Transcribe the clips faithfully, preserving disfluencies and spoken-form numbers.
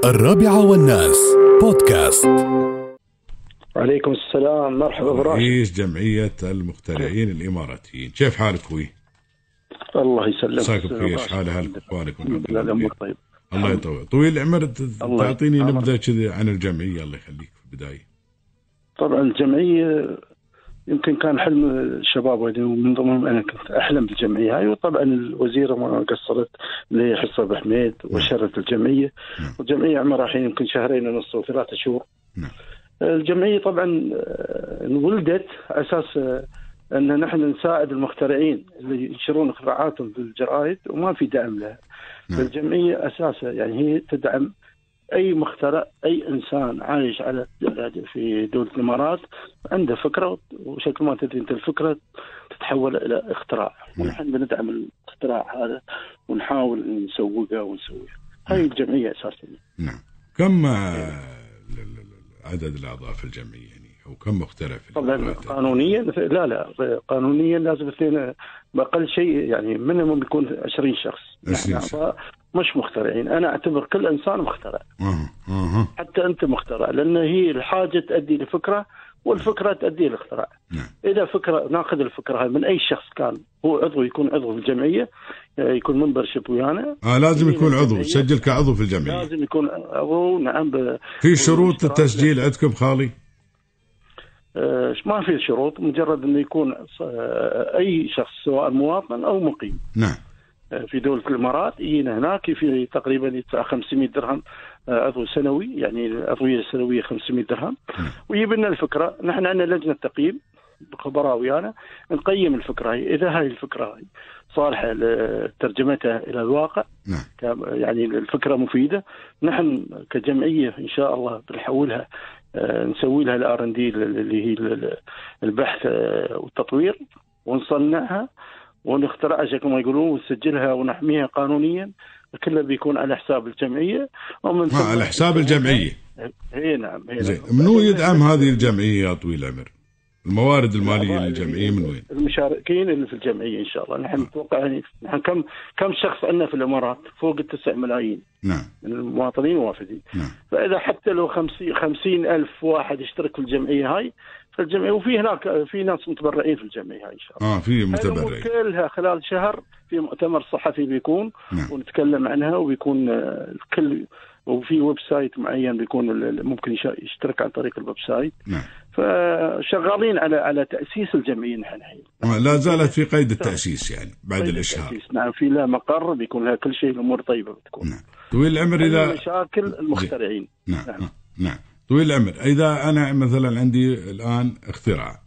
الرابعة والناس بودكاست. وعليكم السلام، مرحبا براشد. رئيس جمعية المخترعين الإماراتيين، كيف حالك أخوي؟ الله يسلمك. مساك بخير، حال أهلك وأخوانك الأمور طيب. الله يطول طويل العمر. تعطيني نبذة كذا عن الجمعية الله يخليك في البداية. طبعا الجمعية يمكن كان حلم الشباب ومن ضمنهم أنا كنت أحلم بالجمعية هاي، وطبعا الوزيرة ما قصرت اللي هي حصة أبو حميد وشرت الجمعية. نعم. والجمعية عمرها الحين يمكن شهرين ونص وثلاثة شهور. نعم. الجمعية طبعا ولدت أساس أن نحن نساعد المخترعين اللي ينشرون اختراعاتهم في الجرائد وما في دعم لها. نعم. الجمعية أساسها يعني هي تدعم أي مخترع، أي إنسان عايش على في دولة الإمارات عنده فكرة، وشكل ما تدري أنت الفكرة تتحول إلى اختراع. نعم. ونحن بندعم الاختراع هذا ونحاول نسوقه ونسويه. هاي الجمعية أساسا. نعم. كم عدد الأعضاء في الجمعية يعني، أو كم مخترع في طبعا قانونيا لا لا قانونيا لازم اثنين بأقل شيء، يعني منهم بيكون عشرين شخص. نحن أعضاء مش مخترعين. أنا أعتبر كل إنسان مخترع. أه. أه. حتى أنت مخترع، لأن هي الحاجة تؤدي لفكرة والفكرة تؤدي لاختراع. نعم. إذا فكرة ناخذ الفكرة هاي من أي شخص كان هو عضو، يكون عضو في الجمعية، يكون ممبرشيب ويانا. آه لازم يكون عضو، سجل كعضو في الجمعية. لازم يكون عضو. نعم. ب... في شروط التسجيل عندكم خالي؟ آه ما في شروط، مجرد أنه يكون آه أي شخص سواء مواطن أو مقيم. نعم. في دولة الإمارات يجينا هناك في تقريبا يدفع خمسمائة درهم عضو سنوي، يعني العضوية السنوية خمسمائة درهم. ويجيب لنا الفكرة. نحن عندنا لجنة تقييم بخبراء ويانا نقيم الفكرة هاي، إذا هاي الفكرة هاي صالحة لترجمتها إلى الواقع. نعم. يعني الفكرة مفيدة، نحن كجمعية إن شاء الله بنحولها نسوي لها الار ان دي اللي هي البحث والتطوير، ونصنعها ونخترعها شكل ما يقولون ونسجلها ونحميها قانونيا. كله بيكون على حساب الجمعية ومن ثم على حساب الجمعية. هي نعم. هي زين. منو يدعم هذه الجمعية يا طويل العمر؟ الموارد المالية للجمعية من وين؟ المشاركين اللي في الجمعية إن شاء الله. نحن نتوقع يعني نحن كم كم شخص عندنا في الإمارات؟ فوق التسع ملايين. نعم. من المواطنين وافدين. نعم. فإذا حتى لو خمسين خمسين ألف واحد يشترك في الجمعية هاي، فالجمعية وفي هناك في ناس متبرعين في الجمعية هاي إن شاء الله. آه في متبرعين. كلها خلال شهر في مؤتمر صحفي بيكون. نعم. ونتكلم عنها، وبيكون الكل، وفي ويب سايت معين بيكون ممكن يشترك عن طريق الويب سايت. نعم. فشغالين على على تأسيس الجمعية نحن الحين. لا زالت في قيد التأسيس يعني بعد قيد الإشهار. التأسيس. نعم. في لها مقر بيكون لها كل شيء، الأمور طيبة بتكون. نعم. طويل العمر إذا مشاكل المخترعين. نعم. نعم. نعم. طويل العمر إذا أنا مثلا عندي الآن اختراع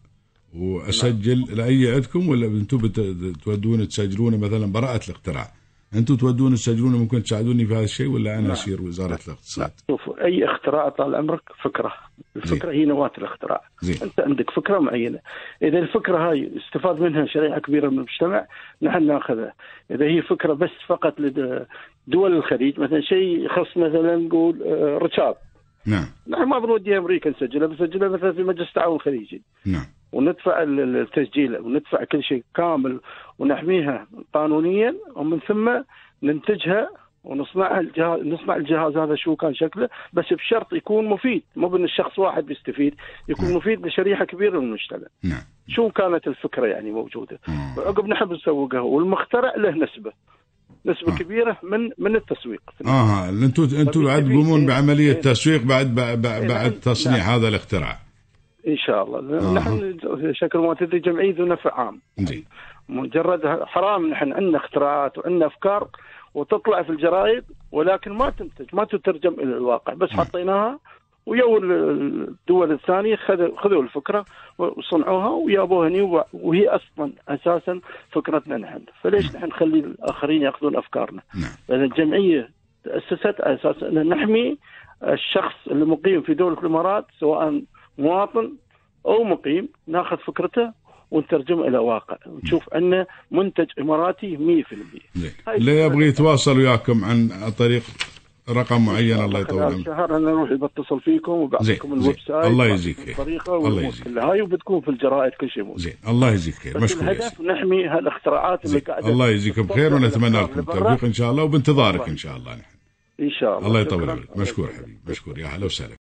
وأسجل. نعم. لأي عندكم ولا أنتم بتودون تسجلون مثلا براءة الاختراع؟ أنتم تودون تسجلون، ممكن تساعدوني في هذا الشيء ولا أنا أسير وزارة الاقتصاد؟ شوف، أي اختراع طال عمرك فكرة. الفكرة زي. هي نواة الاختراع. زي. أنت عندك فكرة معينة، إذا الفكرة هاي استفاد منها شريحة كبيرة من المجتمع نحن نأخذها. إذا هي فكرة بس فقط لدول الخليج، مثلا شيء يخص مثلا نقول رشاد. نعم. نحن ما بنوديها أمريكا نسجلها، بنسجلها مثلا في مجلس التعاون الخليجي. نعم. وندفع التسجيل وندفع كل شيء كامل ونحميها قانونيا، ومن ثم ننتجها ونصنعها الجهاز. نصنع الجهاز هذا شو كان شكله، بس بشرط يكون مفيد، مو بأن الشخص واحد بيستفيد، يكون نعم. مفيد لشريحة كبيرة من المجتمع. نعم. شو كانت الفكرة يعني موجودة. وعقب نحب نسوقها، والمخترع له نسبة نسبة آه. كبيرة من من التسويق. اه انتم انتم بعد تقومون بعملية إيه. تسويق بعد بعد, بعد إيه. تصنيع نعم. هذا الاختراع إن شاء الله. آه. نحن شكل ما تدري جمعية ذو نفع عام. جي. مجرد حرام نحن عندنا اختراعات وعندنا أفكار وتطلع في الجرائد، ولكن ما تنتج، ما تترجم إلى الواقع، بس نعم. حطيناها ويو الدول الثانية خذوا خذوا الفكرة وصنعوها ويابوها نيو، وهي أصلا أساسا فكرتنا نحن. فليش نحن نخلي الآخرين يأخذون أفكارنا؟ نعم. لأن الجمعية تأسست أساسا أن نحمي الشخص اللي مقيم في دولة الإمارات، سواء مواطن أو مقيم، ناخذ فكرته ونترجمه إلى واقع، ونشوف أنه منتج إماراتي مية بالمية. اللي يبغي يتواصل وياكم عن طريق رقم معين الله يطول عمرك. شهر أنا أروح بتصل فيكم وبعطيكم الويب سايت. الله يجزيك خير. الطريقة والمشكلة هاي، وبتكون في الجرائد كل شيء موجود. زين. الله يجزيك خير. مشكور. الهدف نحمي هالاختراعات اللي قاعدة. الله يجزيكم خير، ونتمنى لكم التوفيق إن شاء الله، وبانتظارك إن شاء الله نحن. ان شاء الله. الله يطول عمرك. مشكور حبيبي، مشكور، يا هلا وسهلا.